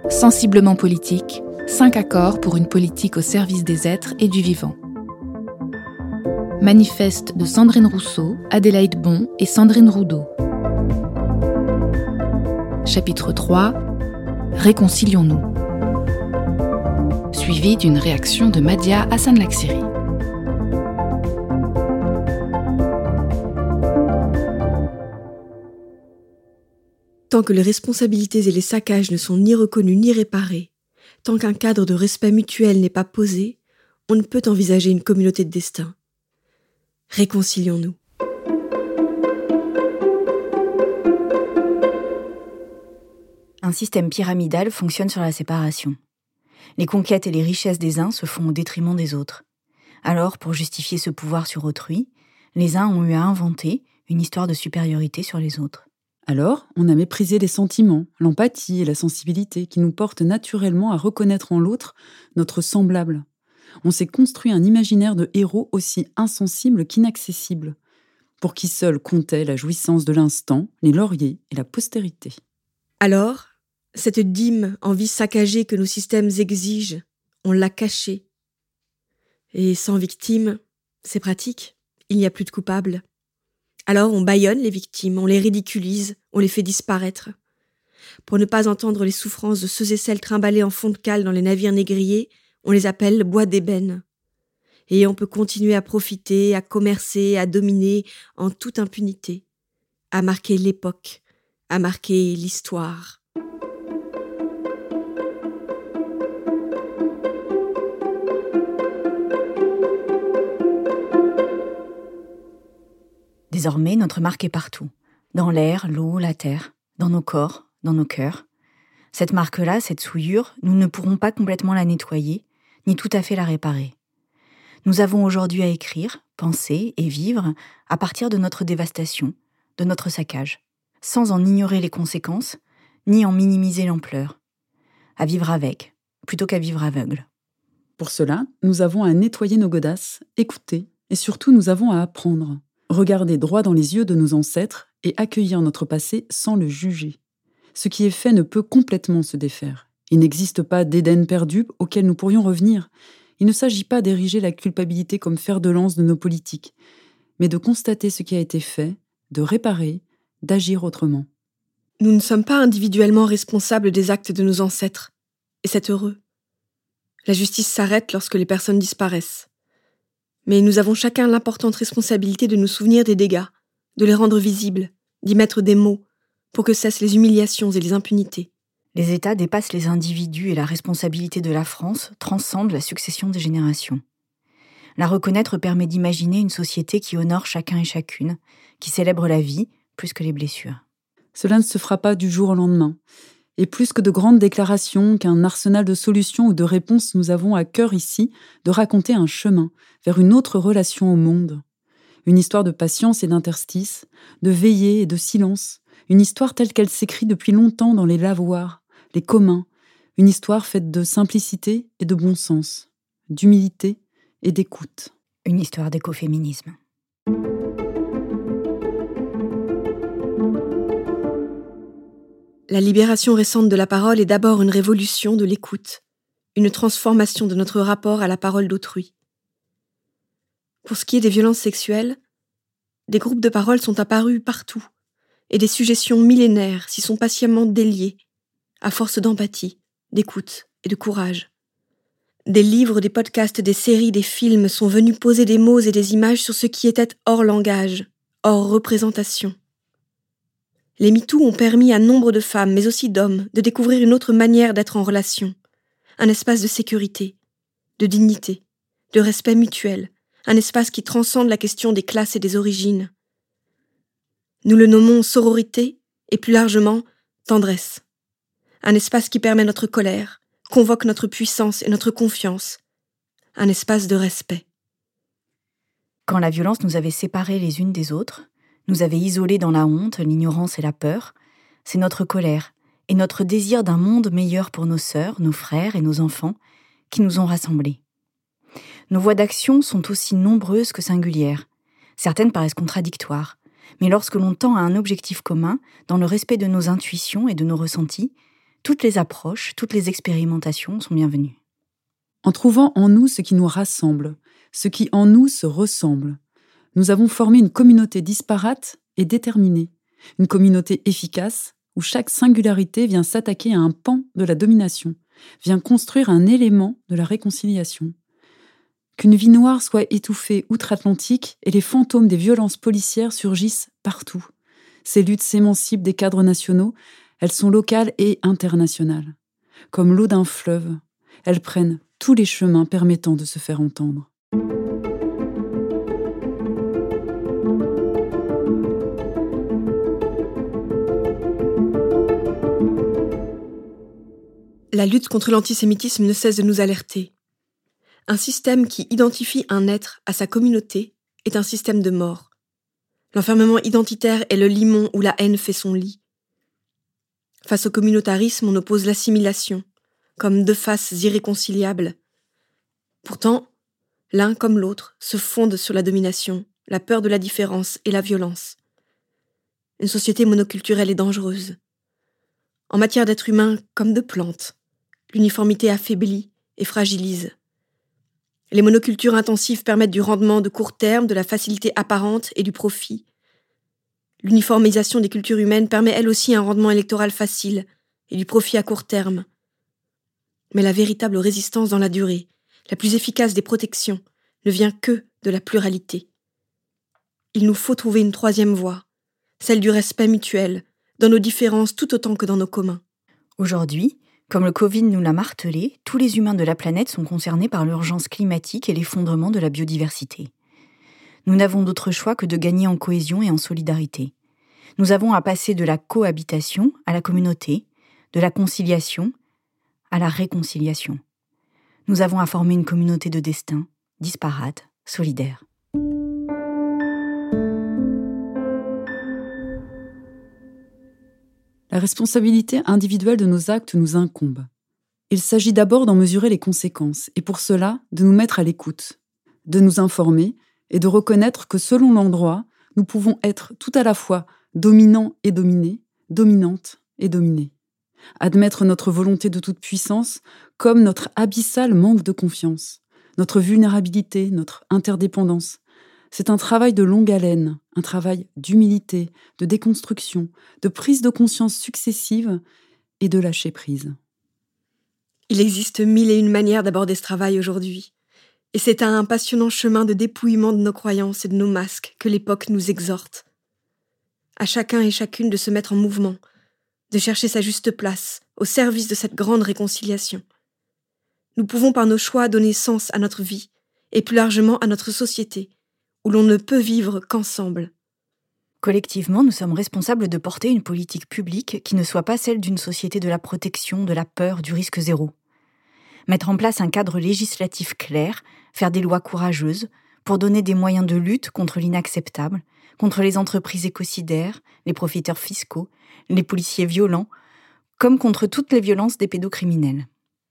Sensiblement politique, 5 accords pour une politique au service des êtres et du vivant. Manifeste de Sandrine Rousseau, Adélaïde Bon et Sandrine Roudot. Chapitre 3. Réconcilions-nous. Suivi d'une réaction de Madia Hassan Laksiri. Tant que les responsabilités et les saccages ne sont ni reconnus ni réparés, tant qu'un cadre de respect mutuel n'est pas posé, on ne peut envisager une communauté de destin. Réconcilions-nous. Un système pyramidal fonctionne sur la séparation. Les conquêtes et les richesses des uns se font au détriment des autres. Alors, pour justifier ce pouvoir sur autrui, les uns ont eu à inventer une histoire de supériorité sur les autres. Alors, on a méprisé les sentiments, l'empathie et la sensibilité qui nous portent naturellement à reconnaître en l'autre notre semblable. On s'est construit un imaginaire de héros aussi insensible qu'inaccessible, pour qui seul comptait la jouissance de l'instant, les lauriers et la postérité. Alors, cette dîme en vie saccagée que nos systèmes exigent, on l'a cachée. Et sans victime, c'est pratique, il n'y a plus de coupables. Alors on bâillonne les victimes, on les ridiculise, on les fait disparaître. Pour ne pas entendre les souffrances de ceux et celles trimballés en fond de cale dans les navires négriers, on les appelle bois d'ébène. Et on peut continuer à profiter, à commercer, à dominer en toute impunité, à marquer l'époque, à marquer l'histoire. Désormais, notre marque est partout. Dans l'air, l'eau, la terre, dans nos corps, dans nos cœurs. Cette marque-là, cette souillure, nous ne pourrons pas complètement la nettoyer, ni tout à fait la réparer. Nous avons aujourd'hui à écrire, penser et vivre à partir de notre dévastation, de notre saccage, sans en ignorer les conséquences, ni en minimiser l'ampleur. À vivre avec, plutôt qu'à vivre aveugle. Pour cela, nous avons à nettoyer nos godasses, écouter, et surtout nous avons à apprendre. Regarder droit dans les yeux de nos ancêtres et accueillir notre passé sans le juger. Ce qui est fait ne peut complètement se défaire. Il n'existe pas d'Éden perdu auquel nous pourrions revenir. Il ne s'agit pas d'ériger la culpabilité comme fer de lance de nos politiques, mais de constater ce qui a été fait, de réparer, d'agir autrement. Nous ne sommes pas individuellement responsables des actes de nos ancêtres, et c'est heureux. La justice s'arrête lorsque les personnes disparaissent. Mais nous avons chacun l'importante responsabilité de nous souvenir des dégâts, de les rendre visibles, d'y mettre des mots, pour que cessent les humiliations et les impunités. Les États dépassent les individus et la responsabilité de la France transcende la succession des générations. La reconnaître permet d'imaginer une société qui honore chacun et chacune, qui célèbre la vie plus que les blessures. Cela ne se fera pas du jour au lendemain. Et plus que de grandes déclarations, qu'un arsenal de solutions ou de réponses, nous avons à cœur ici de raconter un chemin vers une autre relation au monde. Une histoire de patience et d'interstice, de veillée et de silence, une histoire telle qu'elle s'écrit depuis longtemps dans les lavoirs, les communs, une histoire faite de simplicité et de bon sens, d'humilité et d'écoute. Une histoire d'écoféminisme. La libération récente de la parole est d'abord une révolution de l'écoute, une transformation de notre rapport à la parole d'autrui. Pour ce qui est des violences sexuelles, des groupes de parole sont apparus partout, et des suggestions millénaires s'y sont patiemment déliées, à force d'empathie, d'écoute et de courage. Des livres, des podcasts, des séries, des films sont venus poser des mots et des images sur ce qui était hors langage, hors représentation. Les MeToo ont permis à nombre de femmes, mais aussi d'hommes, de découvrir une autre manière d'être en relation, un espace de sécurité, de dignité, de respect mutuel, un espace qui transcende la question des classes et des origines. Nous le nommons sororité et plus largement tendresse. Un espace qui permet notre colère, convoque notre puissance et notre confiance. Un espace de respect. Quand la violence nous avait séparés les unes des autres, nous avait isolés dans la honte, l'ignorance et la peur, c'est notre colère et notre désir d'un monde meilleur pour nos sœurs, nos frères et nos enfants qui nous ont rassemblés. Nos voies d'action sont aussi nombreuses que singulières. Certaines paraissent contradictoires, mais lorsque l'on tend à un objectif commun, dans le respect de nos intuitions et de nos ressentis, Toutes les approches, toutes les expérimentations sont bienvenues. En trouvant en nous ce qui nous rassemble, ce qui en nous se ressemble, nous avons formé une communauté disparate et déterminée, une communauté efficace où chaque singularité vient s'attaquer à un pan de la domination, vient construire un élément de la réconciliation. Qu'une vie noire soit étouffée outre-Atlantique et les fantômes des violences policières surgissent partout. Ces luttes s'émancipent des cadres nationaux, elles sont locales et internationales. Comme l'eau d'un fleuve, elles prennent tous les chemins permettant de se faire entendre. La lutte contre l'antisémitisme ne cesse de nous alerter. Un système qui identifie un être à sa communauté est un système de mort. L'enfermement identitaire est le limon où la haine fait son lit. Face au communautarisme, on oppose l'assimilation, comme deux faces irréconciliables. Pourtant, l'un comme l'autre se fondent sur la domination, la peur de la différence et la violence. Une société monoculturelle est dangereuse. En matière d'êtres humains comme de plantes, l'uniformité affaiblit et fragilise. Les monocultures intensives permettent du rendement de court terme, de la facilité apparente et du profit. L'uniformisation des cultures humaines permet elle aussi un rendement électoral facile et du profit à court terme. Mais la véritable résistance dans la durée, la plus efficace des protections, ne vient que de la pluralité. Il nous faut trouver une troisième voie, celle du respect mutuel, dans nos différences tout autant que dans nos communs. Aujourd'hui, comme le Covid nous l'a martelé, tous les humains de la planète sont concernés par l'urgence climatique et l'effondrement de la biodiversité. Nous n'avons d'autre choix que de gagner en cohésion et en solidarité. Nous avons à passer de la cohabitation à la communauté, de la conciliation à la réconciliation. Nous avons à former une communauté de destin, disparate, solidaire. La responsabilité individuelle de nos actes nous incombe. Il s'agit d'abord d'en mesurer les conséquences et pour cela, de nous mettre à l'écoute, de nous informer et de reconnaître que selon l'endroit, nous pouvons être tout à la fois dominants et dominés, dominantes et dominés. Admettre notre volonté de toute puissance comme notre abyssal manque de confiance, notre vulnérabilité, notre interdépendance. C'est un travail de longue haleine, un travail d'humilité, de déconstruction, de prise de conscience successive et de lâcher prise. Il existe 1001 manières d'aborder ce travail aujourd'hui. Et c'est à un passionnant chemin de dépouillement de nos croyances et de nos masques que l'époque nous exhorte. À chacun et chacune de se mettre en mouvement, de chercher sa juste place au service de cette grande réconciliation. Nous pouvons par nos choix donner sens à notre vie et plus largement à notre société, où l'on ne peut vivre qu'ensemble. Collectivement, nous sommes responsables de porter une politique publique qui ne soit pas celle d'une société de la protection, de la peur, du risque zéro. Mettre en place un cadre législatif clair, faire des lois courageuses, pour donner des moyens de lutte contre l'inacceptable, contre les entreprises écocidaires, les profiteurs fiscaux, les policiers violents, comme contre toutes les violences des pédocriminels.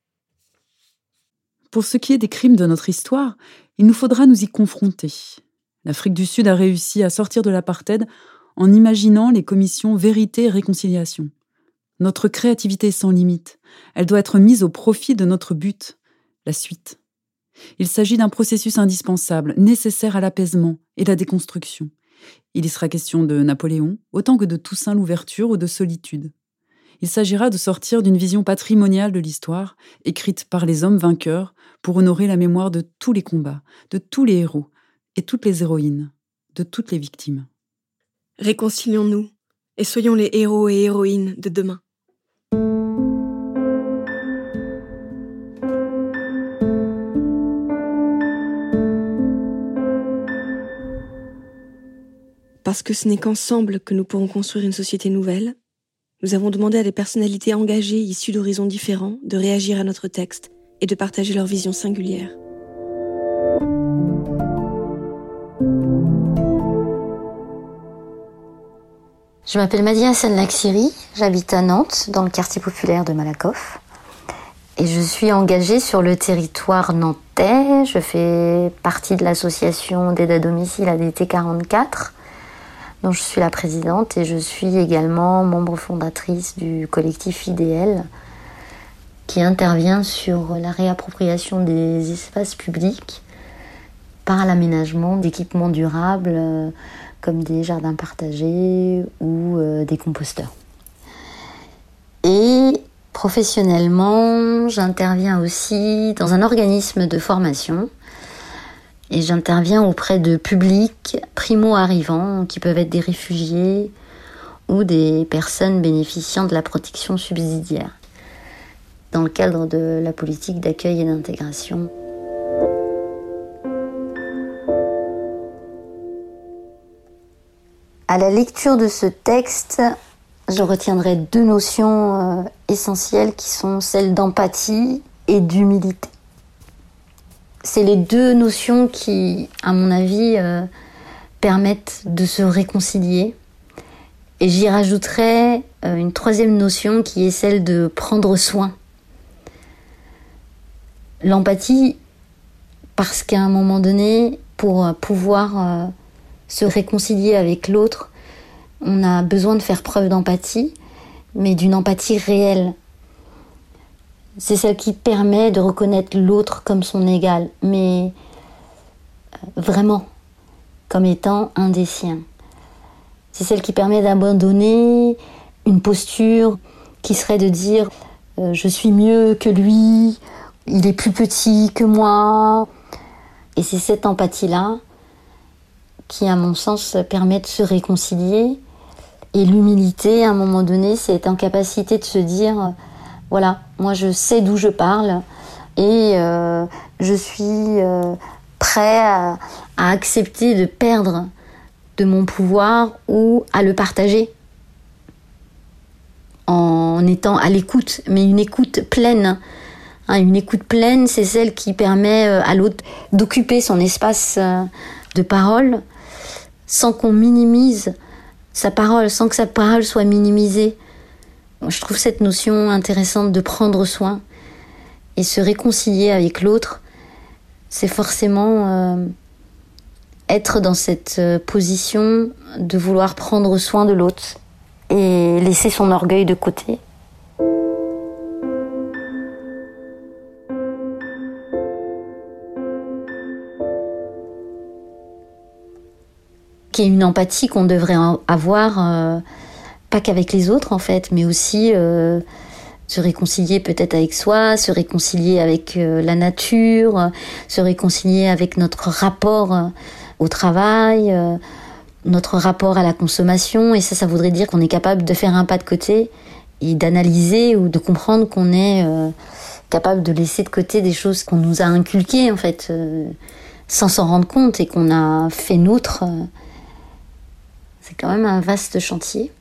Pour ce qui est des crimes de notre histoire, il nous faudra nous y confronter. L'Afrique du Sud a réussi à sortir de l'apartheid en imaginant les commissions vérité et réconciliation. Notre créativité est sans limite. Elle doit être mise au profit de notre but, la suite. Il s'agit d'un processus indispensable, nécessaire à l'apaisement et la déconstruction. Il y sera question de Napoléon, autant que de Toussaint l'Ouverture ou de Solitude. Il s'agira de sortir d'une vision patrimoniale de l'histoire, écrite par les hommes vainqueurs, pour honorer la mémoire de tous les combats, de tous les héros, et toutes les héroïnes, de toutes les victimes. Réconcilions-nous et soyons les héros et héroïnes de demain. Parce que ce n'est qu'ensemble que nous pourrons construire une société nouvelle, nous avons demandé à des personnalités engagées issues d'horizons différents de réagir à notre texte et de partager leur vision singulière. Je m'appelle Madi Hassan Laksiri, j'habite à Nantes, dans le quartier populaire de Malakoff. Et je suis engagée sur le territoire nantais. Je fais partie de l'association d'aide à domicile ADT 44. dont je suis la présidente, et je suis également membre fondatrice du collectif IDL, qui intervient sur la réappropriation des espaces publics par l'aménagement d'équipements durables comme des jardins partagés ou des composteurs. Et professionnellement, j'interviens aussi dans un organisme de formation et j'interviens auprès de publics primo-arrivants qui peuvent être des réfugiés ou des personnes bénéficiant de la protection subsidiaire dans le cadre de la politique d'accueil et d'intégration. À la lecture de ce texte, je retiendrai deux notions essentielles qui sont celles d'empathie et d'humilité. C'est les deux notions qui, à mon avis, permettent de se réconcilier. Et j'y rajouterai une troisième notion qui est celle de prendre soin. L'empathie, parce qu'à un moment donné, pour pouvoir se réconcilier avec l'autre, on a besoin de faire preuve d'empathie, mais d'une empathie réelle. C'est celle qui permet de reconnaître l'autre comme son égal, mais vraiment comme étant un des siens. C'est celle qui permet d'abandonner une posture qui serait de dire je suis mieux que lui, il est plus petit que moi. Et c'est cette empathie-là qui, à mon sens, permet de se réconcilier. Et l'humilité, à un moment donné, c'est être en capacité de se dire voilà, moi je sais d'où je parle et je suis prêt à accepter de perdre de mon pouvoir ou à le partager en étant à l'écoute, mais une écoute pleine. Une écoute pleine, c'est celle qui permet à l'autre d'occuper son espace de parole sans qu'on minimise sa parole, sans que sa parole soit minimisée. Je trouve cette notion intéressante de prendre soin et se réconcilier avec l'autre, c'est forcément être dans cette position de vouloir prendre soin de l'autre et laisser son orgueil de côté. Qui est une empathie qu'on devrait avoir, pas qu'avec les autres en fait, mais aussi se réconcilier peut-être avec soi, se réconcilier avec la nature, se réconcilier avec notre rapport au travail, notre rapport à la consommation. Et ça voudrait dire qu'on est capable de faire un pas de côté et d'analyser ou de comprendre qu'on est capable de laisser de côté des choses qu'on nous a inculquées en fait, sans s'en rendre compte et qu'on a fait nôtre. C'est quand même un vaste chantier.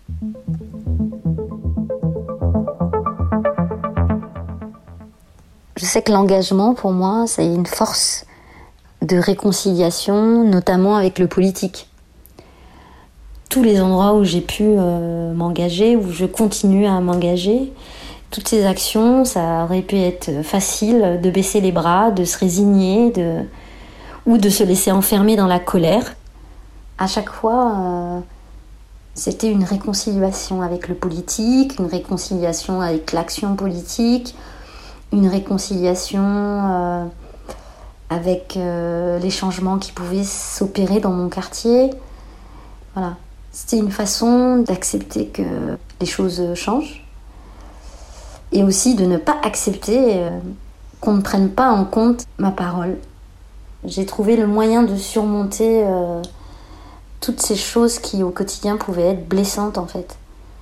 Je sais que l'engagement, pour moi, c'est une force de réconciliation, notamment avec le politique. Tous les endroits où j'ai pu m'engager, où je continue à m'engager, toutes ces actions, ça aurait pu être facile de baisser les bras, de se résigner, ou de se laisser enfermer dans la colère. À chaque fois, c'était une réconciliation avec le politique, une réconciliation avec l'action politique, une réconciliation avec les changements qui pouvaient s'opérer dans mon quartier. Voilà. C'était une façon d'accepter que les choses changent et aussi de ne pas accepter qu'on ne prenne pas en compte ma parole. J'ai trouvé le moyen de surmonter toutes ces choses qui au quotidien pouvaient être blessantes en fait.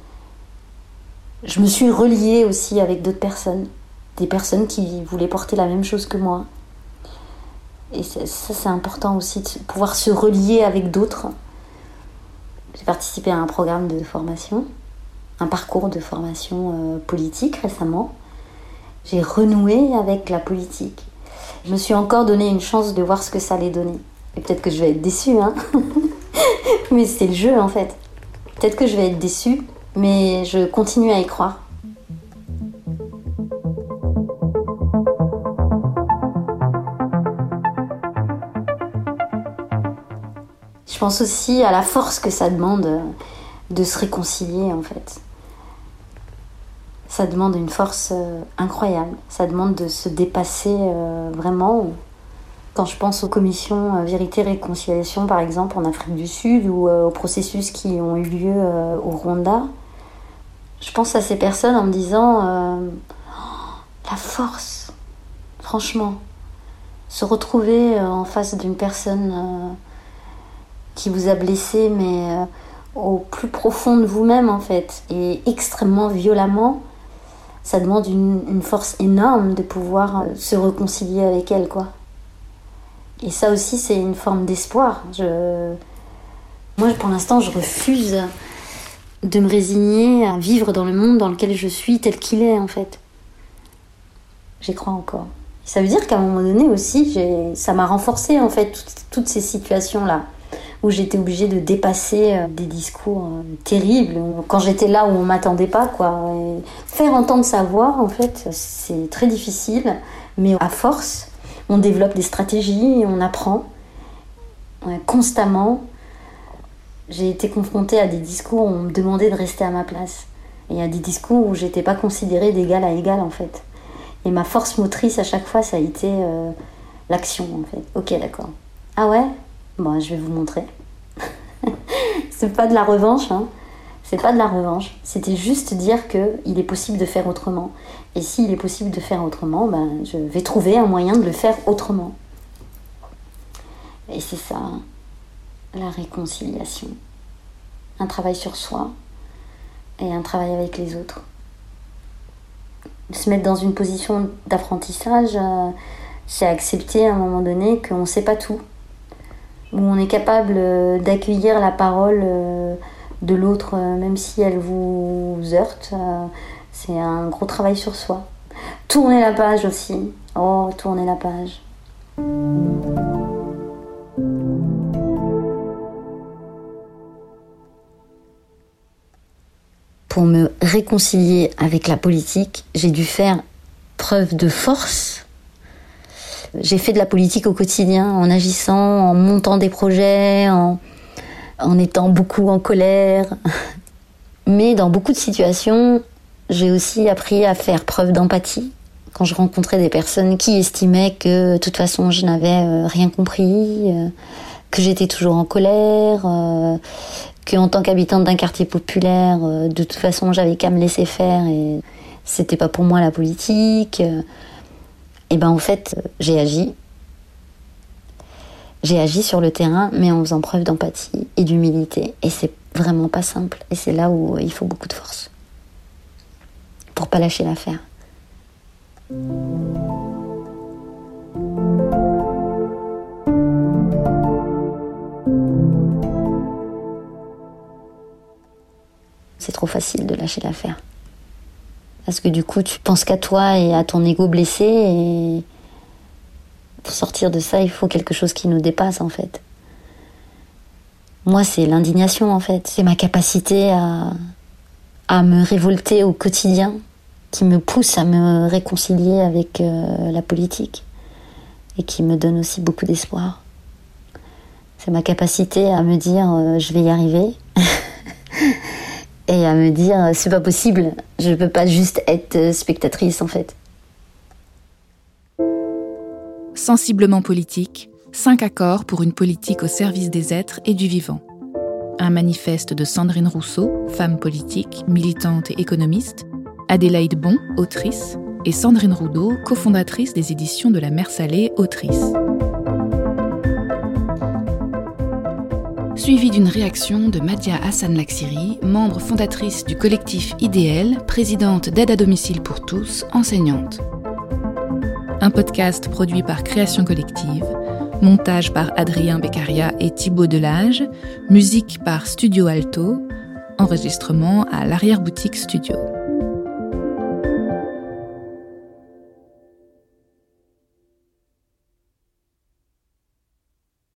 Je me suis reliée aussi avec d'autres personnes, des personnes qui voulaient porter la même chose que moi. Et ça c'est important aussi, de pouvoir se relier avec d'autres. J'ai participé à un programme de formation, un parcours de formation politique récemment. J'ai renoué avec la politique. Je me suis encore donné une chance de voir ce que ça allait donner. Et peut-être que je vais être déçue, hein. Mais c'est le jeu en fait. Peut-être que je vais être déçue, mais je continue à y croire. Je Je pense aussi à la force que ça demande de se réconcilier, en fait. Ça demande une force incroyable. Ça demande de se dépasser vraiment. Quand je pense aux commissions Vérité Réconciliation, par exemple, en Afrique du Sud, ou aux processus qui ont eu lieu au Rwanda, je pense à ces personnes en me disant la force, franchement. Se retrouver en face d'une personne qui vous a blessé, mais au plus profond de vous-même, en fait, et extrêmement violemment, ça demande une force énorme de pouvoir se réconcilier avec elle, quoi. Et ça aussi, c'est une forme d'espoir. Moi, pour l'instant, je refuse de me résigner à vivre dans le monde dans lequel je suis tel qu'il est, en fait. J'y crois encore. Ça veut dire qu'à un moment donné aussi, ça m'a renforcé, en fait, toutes ces situations-là, où j'étais obligée de dépasser des discours terribles, quand j'étais là où on m'attendait pas, quoi. Et faire entendre sa voix, en fait, c'est très difficile, mais à force, on développe des stratégies, on apprend constamment. J'ai été confrontée à des discours où on me demandait de rester à ma place, et à des discours où j'étais pas considérée d'égal à égal, en fait. Et ma force motrice à chaque fois, ça a été l'action, en fait. Ok, d'accord. Ah ouais ? Bon, je vais vous montrer. C'est pas de la revanche, hein. C'est pas de la revanche. C'était juste dire qu'il est possible de faire autrement. Et s'il est possible de faire autrement, ben, je vais trouver un moyen de le faire autrement. Et c'est ça, la réconciliation. Un travail sur soi et un travail avec les autres. Se mettre dans une position d'apprentissage, c'est accepter à un moment donné qu'on ne sait pas tout, où on est capable d'accueillir la parole de l'autre, même si elle vous heurte. C'est un gros travail sur soi. Tourner la page aussi. Oh, tourner la page. Pour me réconcilier avec la politique, j'ai dû faire preuve de force. J'ai fait de la politique au quotidien, en agissant, en montant des projets, en étant beaucoup en colère. Mais dans beaucoup de situations, j'ai aussi appris à faire preuve d'empathie. Quand je rencontrais des personnes qui estimaient que, de toute façon, je n'avais rien compris, que j'étais toujours en colère, qu'en tant qu'habitante d'un quartier populaire, de toute façon, j'avais qu'à me laisser faire et c'était pas pour moi la politique. Et ben en fait, j'ai agi. J'ai agi sur le terrain, mais en faisant preuve d'empathie et d'humilité. Et c'est vraiment pas simple. Et c'est là où il faut beaucoup de force pour pas lâcher l'affaire. C'est trop facile de lâcher l'affaire. Parce que du coup, tu penses qu'à toi et à ton ego blessé. Et pour sortir de ça, il faut quelque chose qui nous dépasse, en fait. Moi, c'est l'indignation, en fait. C'est ma capacité à me révolter au quotidien qui me pousse à me réconcilier avec la politique et qui me donne aussi beaucoup d'espoir. C'est ma capacité à me dire je vais y arriver et à me dire c'est pas possible, je peux pas juste être spectatrice, en fait. Sensiblement politique, 5 accords pour une politique au service des êtres et du vivant. Un manifeste de Sandrine Rousseau, femme politique, militante et économiste, Adélaïde Bon, autrice, et Sandrine Roudot, cofondatrice des éditions de la Mer Salée, autrice. Suivi d'une réaction de Madia Hassan Laksiri, membre fondatrice du collectif IDL, présidente d'Aide à domicile pour tous, enseignante. Un podcast produit par Création Collective, montage par Adrien Beccaria et Thibaut Delage, musique par Studio Alto, enregistrement à l'Arrière-Boutique Studio.